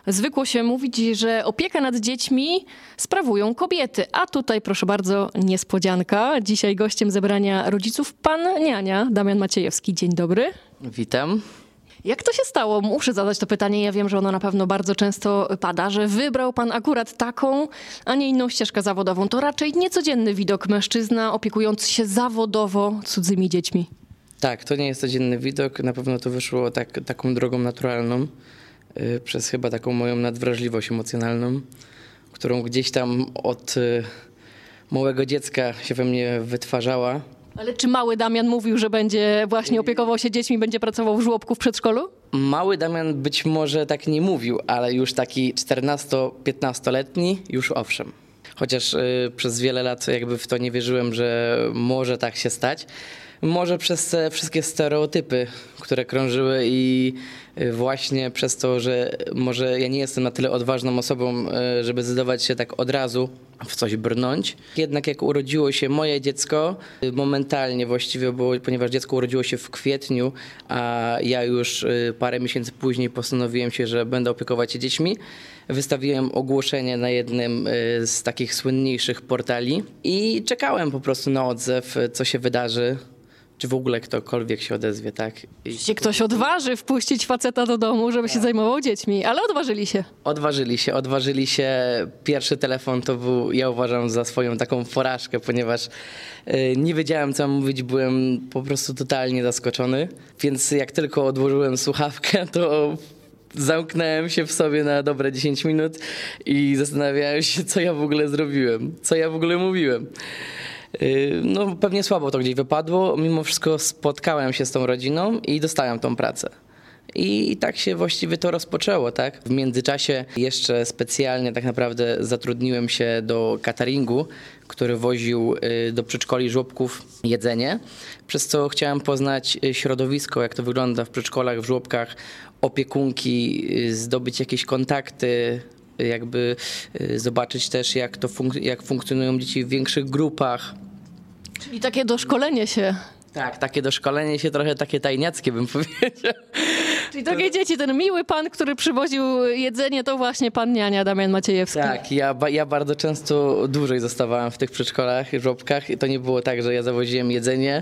Zwykło się mówić, że opiekę nad dziećmi sprawują kobiety, a tutaj proszę bardzo niespodzianka. Dzisiaj gościem zebrania rodziców pan niania Damian Maciejewski. Dzień dobry. Witam. Jak to się stało? Muszę zadać to pytanie, ja wiem, że ono na pewno bardzo często pada, że wybrał pan akurat taką, a nie inną ścieżkę zawodową. To raczej niecodzienny widok mężczyzna opiekujący się zawodowo cudzymi dziećmi. Tak, to nie jest codzienny widok. Na pewno to wyszło taką drogą naturalną, przez chyba taką moją nadwrażliwość emocjonalną, którą gdzieś tam od małego dziecka się we mnie wytwarzała. Ale czy mały Damian mówił, że będzie właśnie opiekował się dziećmi, będzie pracował w żłobku w przedszkolu? Mały Damian być może tak nie mówił, ale już taki 14-15-letni już owszem. Chociaż przez wiele lat jakby w to nie wierzyłem, że może tak się stać. Może przez te wszystkie stereotypy, które krążyły i właśnie przez to, że może ja nie jestem na tyle odważną osobą, żeby zdecydować się tak od razu w coś brnąć. Jednak jak urodziło się moje dziecko, momentalnie właściwie, ponieważ dziecko urodziło się w kwietniu, a ja już parę miesięcy później postanowiłem się, że będę opiekować się dziećmi, wystawiłem ogłoszenie na jednym z takich słynniejszych portali i czekałem po prostu na odzew, co się wydarzy. Czy w ogóle ktokolwiek się odezwie, tak? Czy ktoś odważy wpuścić faceta do domu, żeby się zajmował dziećmi, ale odważyli się. Odważyli się. Pierwszy telefon to był, ja uważam, za swoją taką porażkę, ponieważ nie wiedziałem, co mam mówić, byłem po prostu totalnie zaskoczony. Więc jak tylko odłożyłem słuchawkę, to zamknąłem się w sobie na dobre 10 minut i zastanawiałem się, co ja w ogóle zrobiłem, co ja w ogóle mówiłem. No pewnie słabo to gdzieś wypadło, mimo wszystko spotkałem się z tą rodziną i dostałem tą pracę. I tak się właściwie to rozpoczęło, tak? W międzyczasie jeszcze specjalnie tak naprawdę zatrudniłem się do cateringu, który woził do przedszkoli, żłobków jedzenie, przez co chciałem poznać środowisko, jak to wygląda w przedszkolach, w żłobkach, opiekunki, zdobyć jakieś kontakty, jakby zobaczyć też, jak funkcjonują dzieci w większych grupach. Czyli takie doszkolenie się. Tak, takie doszkolenie się, trochę takie tajniackie bym powiedział. Czyli takie dzieci, ten miły pan, który przywoził jedzenie, to właśnie pan niania Damian Maciejewski. Tak, ja bardzo często dłużej zostawałem w tych przedszkolach i żłobkach i to nie było tak, że ja zawoziłem jedzenie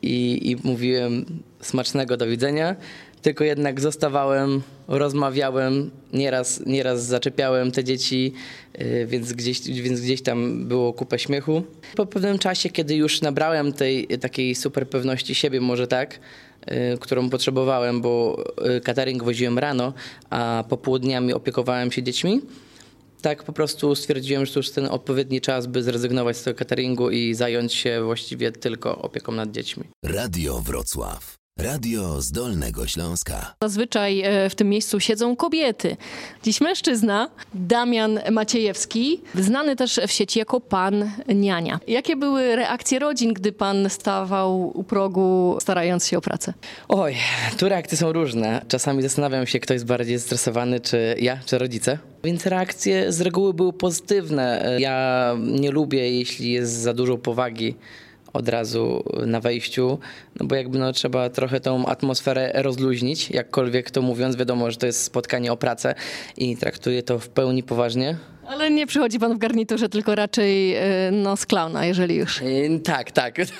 i mówiłem smacznego, do widzenia, tylko jednak zostawałem, rozmawiałem, nieraz zaczepiałem te dzieci, więc gdzieś tam było kupę śmiechu. Po pewnym czasie, kiedy już nabrałem tej takiej super pewności siebie, może tak, którą potrzebowałem, bo catering woziłem rano, a popołudniami opiekowałem się dziećmi, tak po prostu stwierdziłem, że to już ten odpowiedni czas, by zrezygnować z tego cateringu i zająć się właściwie tylko opieką nad dziećmi. Radio Wrocław. Radio z Dolnego Śląska. Zazwyczaj w tym miejscu siedzą kobiety. Dziś mężczyzna, Damian Maciejewski, znany też w sieci jako pan niania. Jakie były reakcje rodzin, gdy pan stawał u progu, starając się o pracę? Oj, tu reakcje są różne. Czasami zastanawiam się, kto jest bardziej zestresowany, czy ja, czy rodzice. Więc reakcje z reguły były pozytywne. Ja nie lubię, jeśli jest za dużo powagi od razu na wejściu, no bo jakby trzeba trochę tą atmosferę rozluźnić, jakkolwiek to mówiąc, wiadomo, że to jest spotkanie o pracę i traktuję to w pełni poważnie. Ale nie przychodzi pan w garniturze, tylko raczej z klauna, jeżeli już. Tak.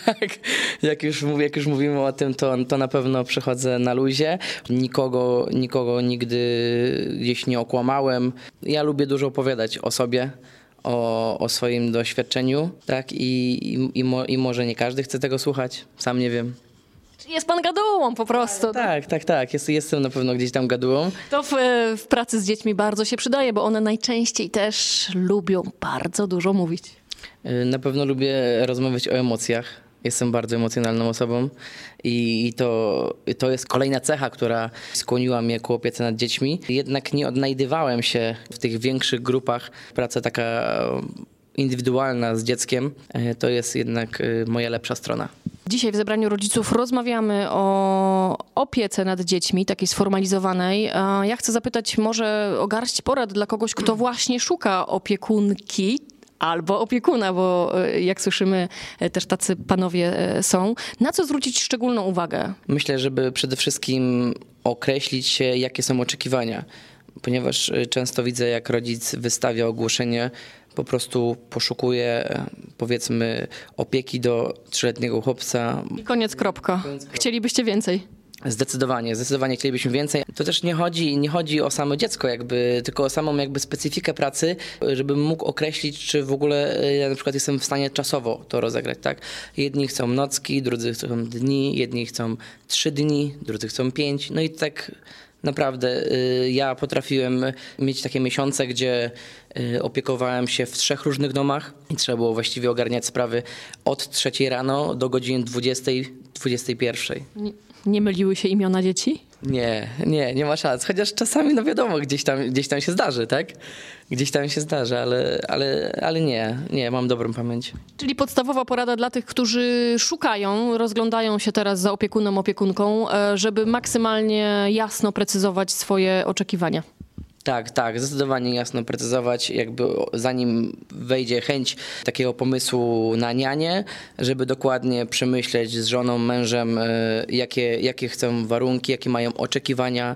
Jak już mówimy o tym, to na pewno przychodzę na luzie. Nikogo nigdy gdzieś nie okłamałem. Ja lubię dużo opowiadać o sobie, o swoim doświadczeniu, tak? I może nie każdy chce tego słuchać, sam nie wiem. Jest pan gadułą po prostu. Tak. Jestem na pewno gdzieś tam gadułą. To w pracy z dziećmi bardzo się przydaje, bo one najczęściej też lubią bardzo dużo mówić. Na pewno lubię rozmawiać o emocjach. Jestem bardzo emocjonalną osobą i to jest kolejna cecha, która skłoniła mnie ku opiece nad dziećmi. Jednak nie odnajdywałem się w tych większych grupach. Praca taka indywidualna z dzieckiem to jest jednak moja lepsza strona. Dzisiaj w zebraniu rodziców rozmawiamy o opiece nad dziećmi, takiej sformalizowanej. Ja chcę zapytać może o garść porad dla kogoś, kto właśnie szuka opiekunki albo opiekuna, bo jak słyszymy, też tacy panowie są. Na co zwrócić szczególną uwagę? Myślę, żeby przede wszystkim określić się, jakie są oczekiwania. ponieważ często widzę, jak rodzic wystawia ogłoszenie, po prostu poszukuje, powiedzmy, opieki do 3-letniego chłopca. I koniec, kropka. Chcielibyście więcej? Zdecydowanie chcielibyśmy więcej. To też nie chodzi o samo dziecko, tylko o samą specyfikę pracy, żebym mógł określić, czy w ogóle ja na przykład jestem w stanie czasowo to rozegrać, tak? Jedni chcą nocki, drudzy chcą dni, jedni chcą 3 dni, drudzy chcą 5, no i tak naprawdę ja potrafiłem mieć takie miesiące, gdzie opiekowałem się w 3 różnych domach i trzeba było właściwie ogarniać sprawy od 3 rano do godziny 20, 21. Nie myliły się imiona dzieci? Nie ma szans. Chociaż czasami, no wiadomo, gdzieś tam się zdarzy, tak? Gdzieś tam się zdarzy, ale nie, mam dobrą pamięć. Czyli podstawowa porada dla tych, którzy szukają, rozglądają się teraz za opiekunem, opiekunką, żeby maksymalnie jasno precyzować swoje oczekiwania. Tak, zdecydowanie jasno precyzować, zanim wejdzie chęć takiego pomysłu na nianię, żeby dokładnie przemyśleć z żoną, mężem, jakie chcą warunki, jakie mają oczekiwania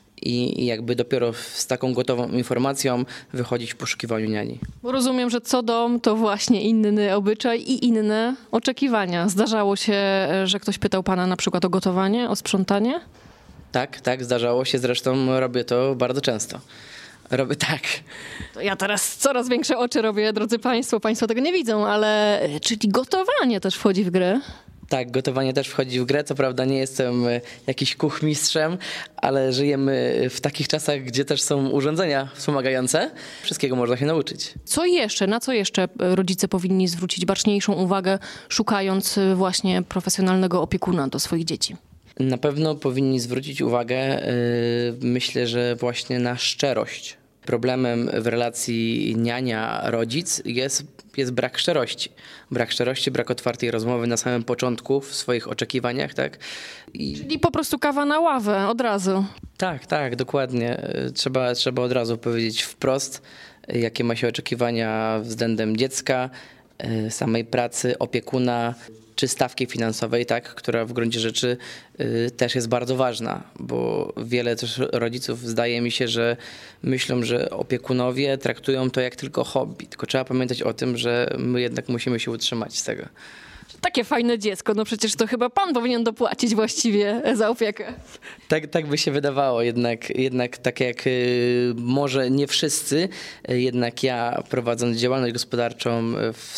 i dopiero z taką gotową informacją wychodzić w poszukiwaniu niani. Bo rozumiem, że co dom to właśnie inny obyczaj i inne oczekiwania. Zdarzało się, że ktoś pytał pana na przykład o gotowanie, o sprzątanie? Tak, zdarzało się, zresztą robię to bardzo często. Robię tak. To ja teraz coraz większe oczy robię, drodzy państwo tego nie widzą, ale czyli gotowanie też wchodzi w grę? Tak, gotowanie też wchodzi w grę. Co prawda nie jestem jakiś kuchmistrzem, ale żyjemy w takich czasach, gdzie też są urządzenia wspomagające. Wszystkiego można się nauczyć. Na co jeszcze rodzice powinni zwrócić baczniejszą uwagę, szukając właśnie profesjonalnego opiekuna do swoich dzieci? Na pewno powinni zwrócić uwagę, myślę, że właśnie na szczerość. Problemem w relacji niania-rodzic jest brak szczerości. Brak szczerości, brak otwartej rozmowy na samym początku w swoich oczekiwaniach, tak? Czyli po prostu kawa na ławę od razu. Tak, dokładnie. Trzeba od razu powiedzieć wprost, jakie ma się oczekiwania względem dziecka, samej pracy, opiekuna, czy stawki finansowej, tak, która w gruncie rzeczy też jest bardzo ważna, bo wiele też rodziców, zdaje mi się, że myślą, że opiekunowie traktują to jak tylko hobby, tylko trzeba pamiętać o tym, że my jednak musimy się utrzymać z tego. Takie fajne dziecko, no przecież to chyba pan powinien dopłacić właściwie za opiekę. Tak by się wydawało, jednak tak jak może nie wszyscy, jednak ja prowadząc działalność gospodarczą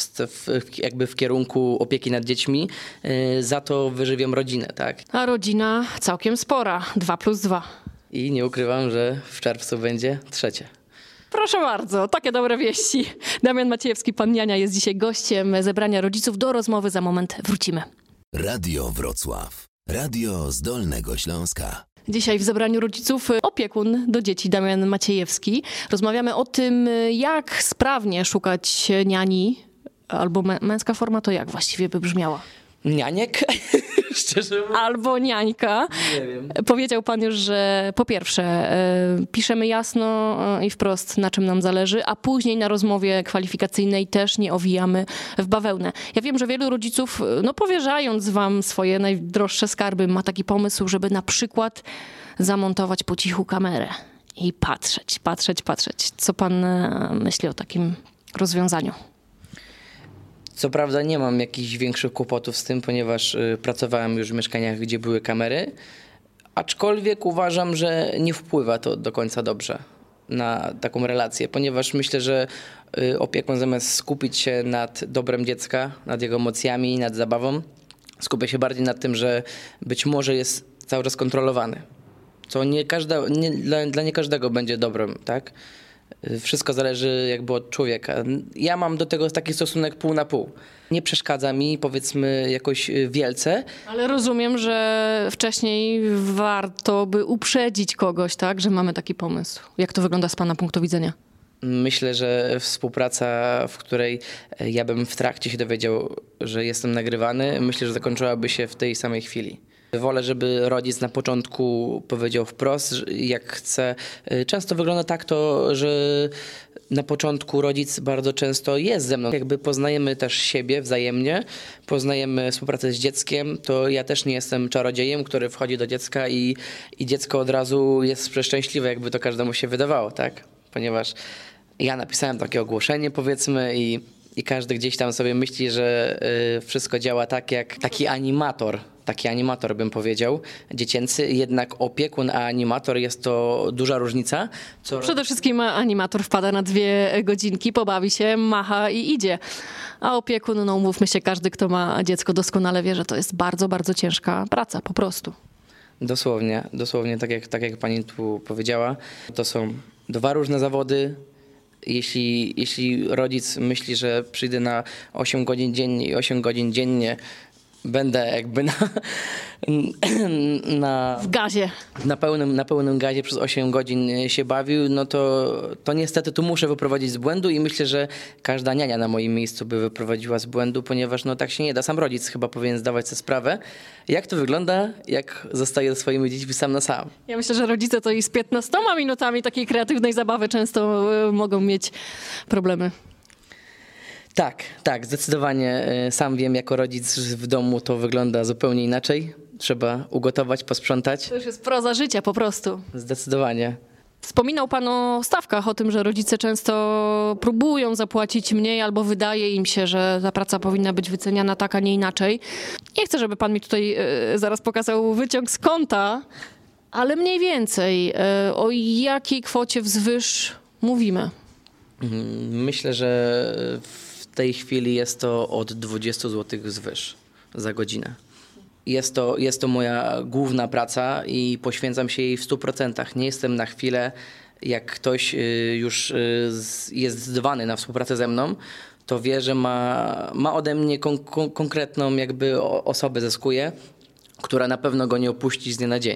w kierunku opieki nad dziećmi, za to wyżywiam rodzinę, tak? A rodzina całkiem spora, 2+2. I nie ukrywam, że w czerwcu będzie 3. Proszę bardzo, takie dobre wieści. Damian Maciejewski, pan Niania, jest dzisiaj gościem zebrania rodziców. Do rozmowy za moment wrócimy. Radio Wrocław. Radio z Dolnego Śląska. Dzisiaj w zebraniu rodziców opiekun do dzieci Damian Maciejewski. Rozmawiamy o tym, jak sprawnie szukać niani, albo męska forma to jak właściwie by brzmiała? Nianiek? Szczerze mówiąc. Albo niańka. Nie wiem. Powiedział pan już, że po pierwsze piszemy jasno i wprost, na czym nam zależy, a później na rozmowie kwalifikacyjnej też nie owijamy w bawełnę. Ja wiem, że wielu rodziców, powierzając wam swoje najdroższe skarby, ma taki pomysł, żeby na przykład zamontować po cichu kamerę i patrzeć. Co pan myśli o takim rozwiązaniu? Co prawda nie mam jakichś większych kłopotów z tym, ponieważ pracowałem już w mieszkaniach, gdzie były kamery, aczkolwiek uważam, że nie wpływa to do końca dobrze na taką relację, ponieważ myślę, że opiekun zamiast skupić się nad dobrem dziecka, nad jego emocjami, nad zabawą, skupia się bardziej nad tym, że być może jest cały czas kontrolowany, co dla nie każdego będzie dobrem, tak? Wszystko zależy od człowieka. Ja mam do tego taki stosunek pół na pół. Nie przeszkadza mi, powiedzmy, jakoś wielce. Ale rozumiem, że wcześniej warto by uprzedzić kogoś, tak, że mamy taki pomysł. Jak to wygląda z pana punktu widzenia? Myślę, że współpraca, w której ja bym w trakcie się dowiedział, że jestem nagrywany, myślę, że zakończyłaby się w tej samej chwili. Wolę, żeby rodzic na początku powiedział wprost, jak chce. Często wygląda tak to, że na początku rodzic bardzo często jest ze mną. Jakby poznajemy też siebie wzajemnie, poznajemy współpracę z dzieckiem, to ja też nie jestem czarodziejem, który wchodzi do dziecka i dziecko od razu jest przeszczęśliwe, jakby to każdemu się wydawało, tak? Ponieważ ja napisałem takie ogłoszenie, powiedzmy, i każdy gdzieś tam sobie myśli, że wszystko działa tak jak taki animator bym powiedział, dziecięcy, jednak opiekun, a animator jest to duża różnica. Przede wszystkim animator wpada na 2 godzinki, pobawi się, macha i idzie. A opiekun, no umówmy się, każdy, kto ma dziecko, doskonale wie, że to jest bardzo, bardzo ciężka praca, po prostu. Dosłownie, tak jak pani tu powiedziała, to są 2 różne zawody. Jeśli rodzic myśli, że przyjdę na 8 godzin dziennie i 8 godzin dziennie będę jakby w gazie. Na pełnym gazie przez 8 godzin się bawił, no to niestety tu muszę wyprowadzić z błędu i myślę, że każda niania na moim miejscu by wyprowadziła z błędu, ponieważ no tak się nie da. Sam rodzic chyba powinien zdawać sobie sprawę, jak to wygląda, jak zostaje ze swoimi dziećmi sam na sam. Ja myślę, że rodzice to i z 15 minutami takiej kreatywnej zabawy często mogą mieć problemy. Tak, zdecydowanie. Sam wiem, jako rodzic w domu to wygląda zupełnie inaczej. Trzeba ugotować, posprzątać. To już jest proza życia po prostu. Zdecydowanie. Wspominał pan o stawkach, o tym, że rodzice często próbują zapłacić mniej albo wydaje im się, że ta praca powinna być wyceniana tak, a nie inaczej. Nie chcę, żeby pan mi tutaj zaraz pokazał wyciąg z konta, ale mniej więcej o jakiej kwocie wzwyż mówimy? Myślę, że w tej chwili jest to od 20 zł wzwyż za godzinę. Jest to moja główna praca i poświęcam się jej w 100%. Nie jestem na chwilę, jak ktoś już jest zdecydowany na współpracę ze mną, to wie, że ma ode mnie konkretną jakby osobę zyskuje, która na pewno go nie opuści z dnia na dzień.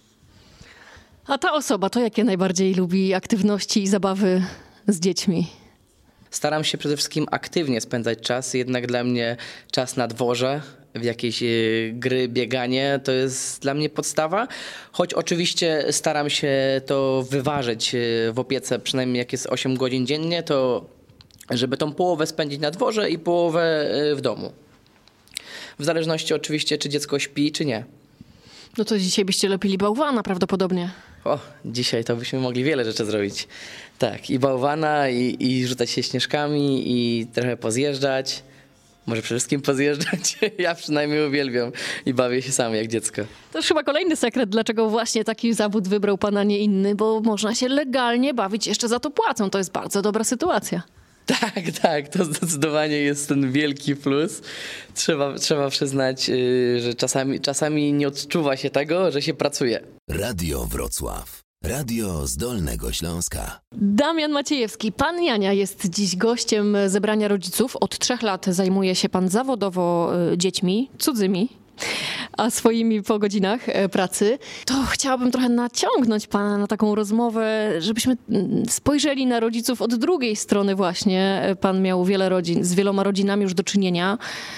A ta osoba to jakie najbardziej lubi aktywności i zabawy z dziećmi? Staram się przede wszystkim aktywnie spędzać czas, jednak dla mnie czas na dworze, w jakieś gry, bieganie, to jest dla mnie podstawa, choć oczywiście staram się to wyważyć w opiece, przynajmniej jak jest 8 godzin dziennie, to żeby tą połowę spędzić na dworze i połowę w domu. W zależności oczywiście, czy dziecko śpi, czy nie. No to dzisiaj byście lepili bałwana prawdopodobnie. Dzisiaj to byśmy mogli wiele rzeczy zrobić. Tak, i bałwana, i rzucać się śnieżkami, i trochę pozjeżdżać. Może przede wszystkim pozjeżdżać. Ja przynajmniej uwielbiam i bawię się sam jak dziecko. To już chyba kolejny sekret, dlaczego właśnie taki zawód wybrał pan, a nie inny, bo można się legalnie bawić, jeszcze za to płacą. To jest bardzo dobra sytuacja. Tak, to zdecydowanie jest ten wielki plus. Trzeba przyznać, że czasami nie odczuwa się tego, że się pracuje. Radio Wrocław. Radio z Dolnego Śląska. Damian Maciejewski, pan Jania jest dziś gościem zebrania rodziców. Od 3 lat zajmuje się pan zawodowo dziećmi, cudzymi, a swoimi po godzinach pracy. To chciałabym trochę naciągnąć pana na taką rozmowę, żebyśmy spojrzeli na rodziców od drugiej strony właśnie. Pan miał wiele rodzin, z wieloma rodzinami już do czynienia.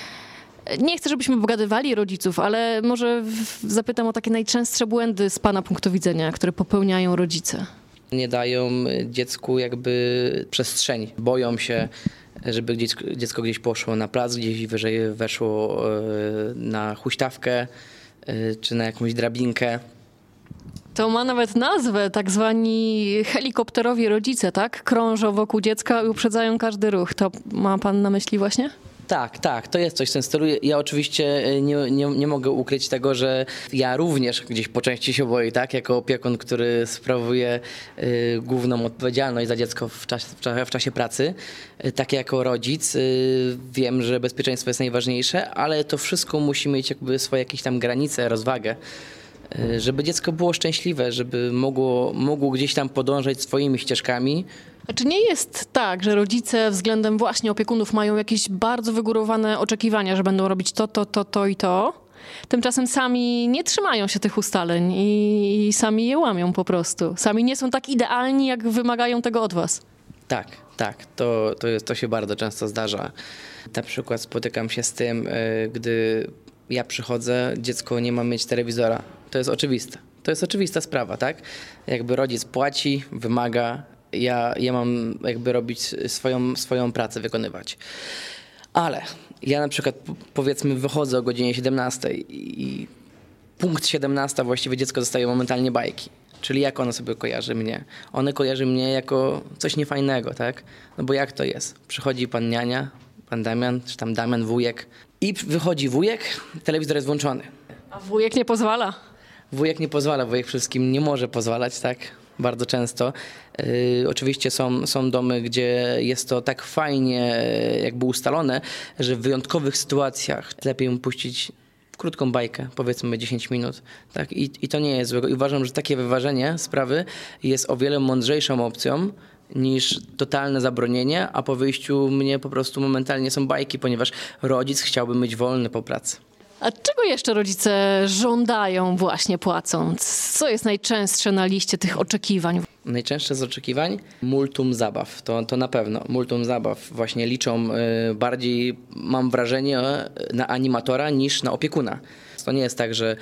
Nie chcę, żebyśmy obgadywali rodziców, ale może zapytam o takie najczęstsze błędy z pana punktu widzenia, które popełniają rodzice. Nie dają dziecku jakby przestrzeni. Boją się, żeby dziecko gdzieś poszło na plac, gdzieś wyżej weszło na huśtawkę czy na jakąś drabinkę. To ma nawet nazwę, tak zwani helikopterowi rodzice, tak? Krążą wokół dziecka i uprzedzają każdy ruch. To ma pan na myśli właśnie? Tak, to jest coś w tym stylu. Ja oczywiście nie mogę ukryć tego, że ja również gdzieś po części się boję, tak? Jako opiekun, który sprawuje główną odpowiedzialność za dziecko w czasie pracy. Tak jako rodzic wiem, że bezpieczeństwo jest najważniejsze, ale to wszystko musi mieć jakby swoje jakieś tam granice, rozwagę. Żeby dziecko było szczęśliwe, żeby mogło gdzieś tam podążać swoimi ścieżkami. A czy nie jest tak, że rodzice względem właśnie opiekunów mają jakieś bardzo wygórowane oczekiwania, że będą robić to i to? Tymczasem sami nie trzymają się tych ustaleń i sami je łamią po prostu. Sami nie są tak idealni, jak wymagają tego od was. Tak, to się bardzo często zdarza. Na przykład spotykam się z tym, gdy ja przychodzę, dziecko nie ma mieć telewizora. To jest oczywiste. To jest oczywista sprawa, tak? Jakby rodzic płaci, wymaga, ja mam jakby robić swoją pracę, wykonywać. Ale ja na przykład powiedzmy wychodzę o godzinie 17 i punkt 17 właściwie dziecko dostaje momentalnie bajki. Czyli jak ono sobie kojarzy mnie? One kojarzy mnie jako coś niefajnego, tak? No bo jak to jest? Przychodzi pan niania, pan Damian, czy tam Damian, wujek i wychodzi wujek, telewizor jest włączony. A wujek nie pozwala. Wujek nie pozwala, wujek wszystkim nie może pozwalać, tak? Bardzo często. Oczywiście są domy, gdzie jest to tak fajnie jakby ustalone, że w wyjątkowych sytuacjach lepiej mu puścić krótką bajkę, powiedzmy 10 minut. Tak? I to nie jest złego. I uważam, że takie wyważenie sprawy jest o wiele mądrzejszą opcją niż totalne zabronienie, a po wyjściu mnie po prostu momentalnie są bajki, ponieważ rodzic chciałby mieć wolny po pracy. A czego jeszcze rodzice żądają właśnie płacąc? Co jest najczęstsze na liście tych oczekiwań? Najczęstsze z oczekiwań? Multum zabaw. To na pewno. Multum zabaw właśnie liczą bardziej, mam wrażenie, na animatora niż na opiekuna. To nie jest tak, że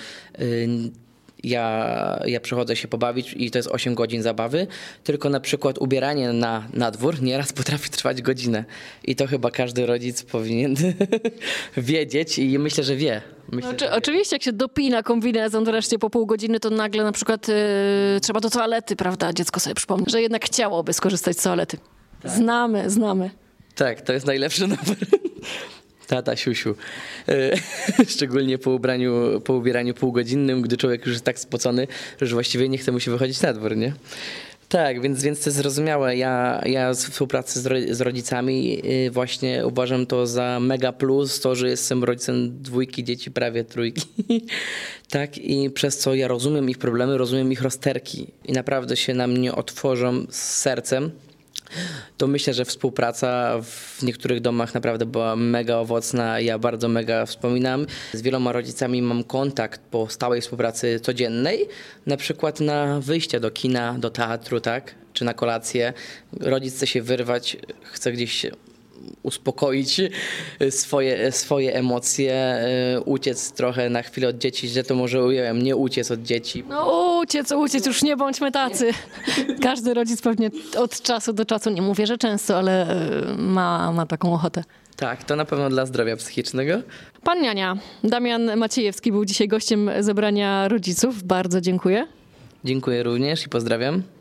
ja przychodzę się pobawić i to jest 8 godzin zabawy, tylko na przykład ubieranie na dwór nieraz potrafi trwać godzinę. I to chyba każdy rodzic powinien wiedzieć i myślę, że wie. Oczywiście, jak się dopina kombinezon wreszcie po pół godziny, to nagle na przykład trzeba do toalety, prawda? Dziecko sobie przypomni, że jednak chciałoby skorzystać z toalety. Tak. Znamy. Tak, to jest najlepszy numer. Tata siusiu. Szczególnie po ubieraniu półgodzinnym, gdy człowiek już jest tak spocony, że już właściwie nie chce mu się wychodzić na dwór, nie? Tak, więc to jest zrozumiałe. Ja w współpracy z rodzicami właśnie uważam to za mega plus, to, że jestem rodzicem 2 dzieci, prawie 3. Tak, i przez co ja rozumiem ich problemy, rozumiem ich rozterki i naprawdę się na mnie otworzą z sercem. To myślę, że współpraca w niektórych domach naprawdę była mega owocna. Ja bardzo mega wspominam. Z wieloma rodzicami mam kontakt po stałej współpracy codziennej. Na przykład na wyjście do kina, do teatru, tak? Czy na kolację. Rodzic chce się wyrwać, chce gdzieś uspokoić swoje emocje, uciec trochę na chwilę od dzieci, że to może ująłem, nie uciec od dzieci. No uciec, już nie bądźmy tacy. Każdy rodzic pewnie od czasu do czasu, nie mówię, że często, ale ma taką ochotę. Tak, to na pewno dla zdrowia psychicznego. Pan niania, Damian Maciejewski był dzisiaj gościem zebrania rodziców. Bardzo dziękuję. Dziękuję również i pozdrawiam.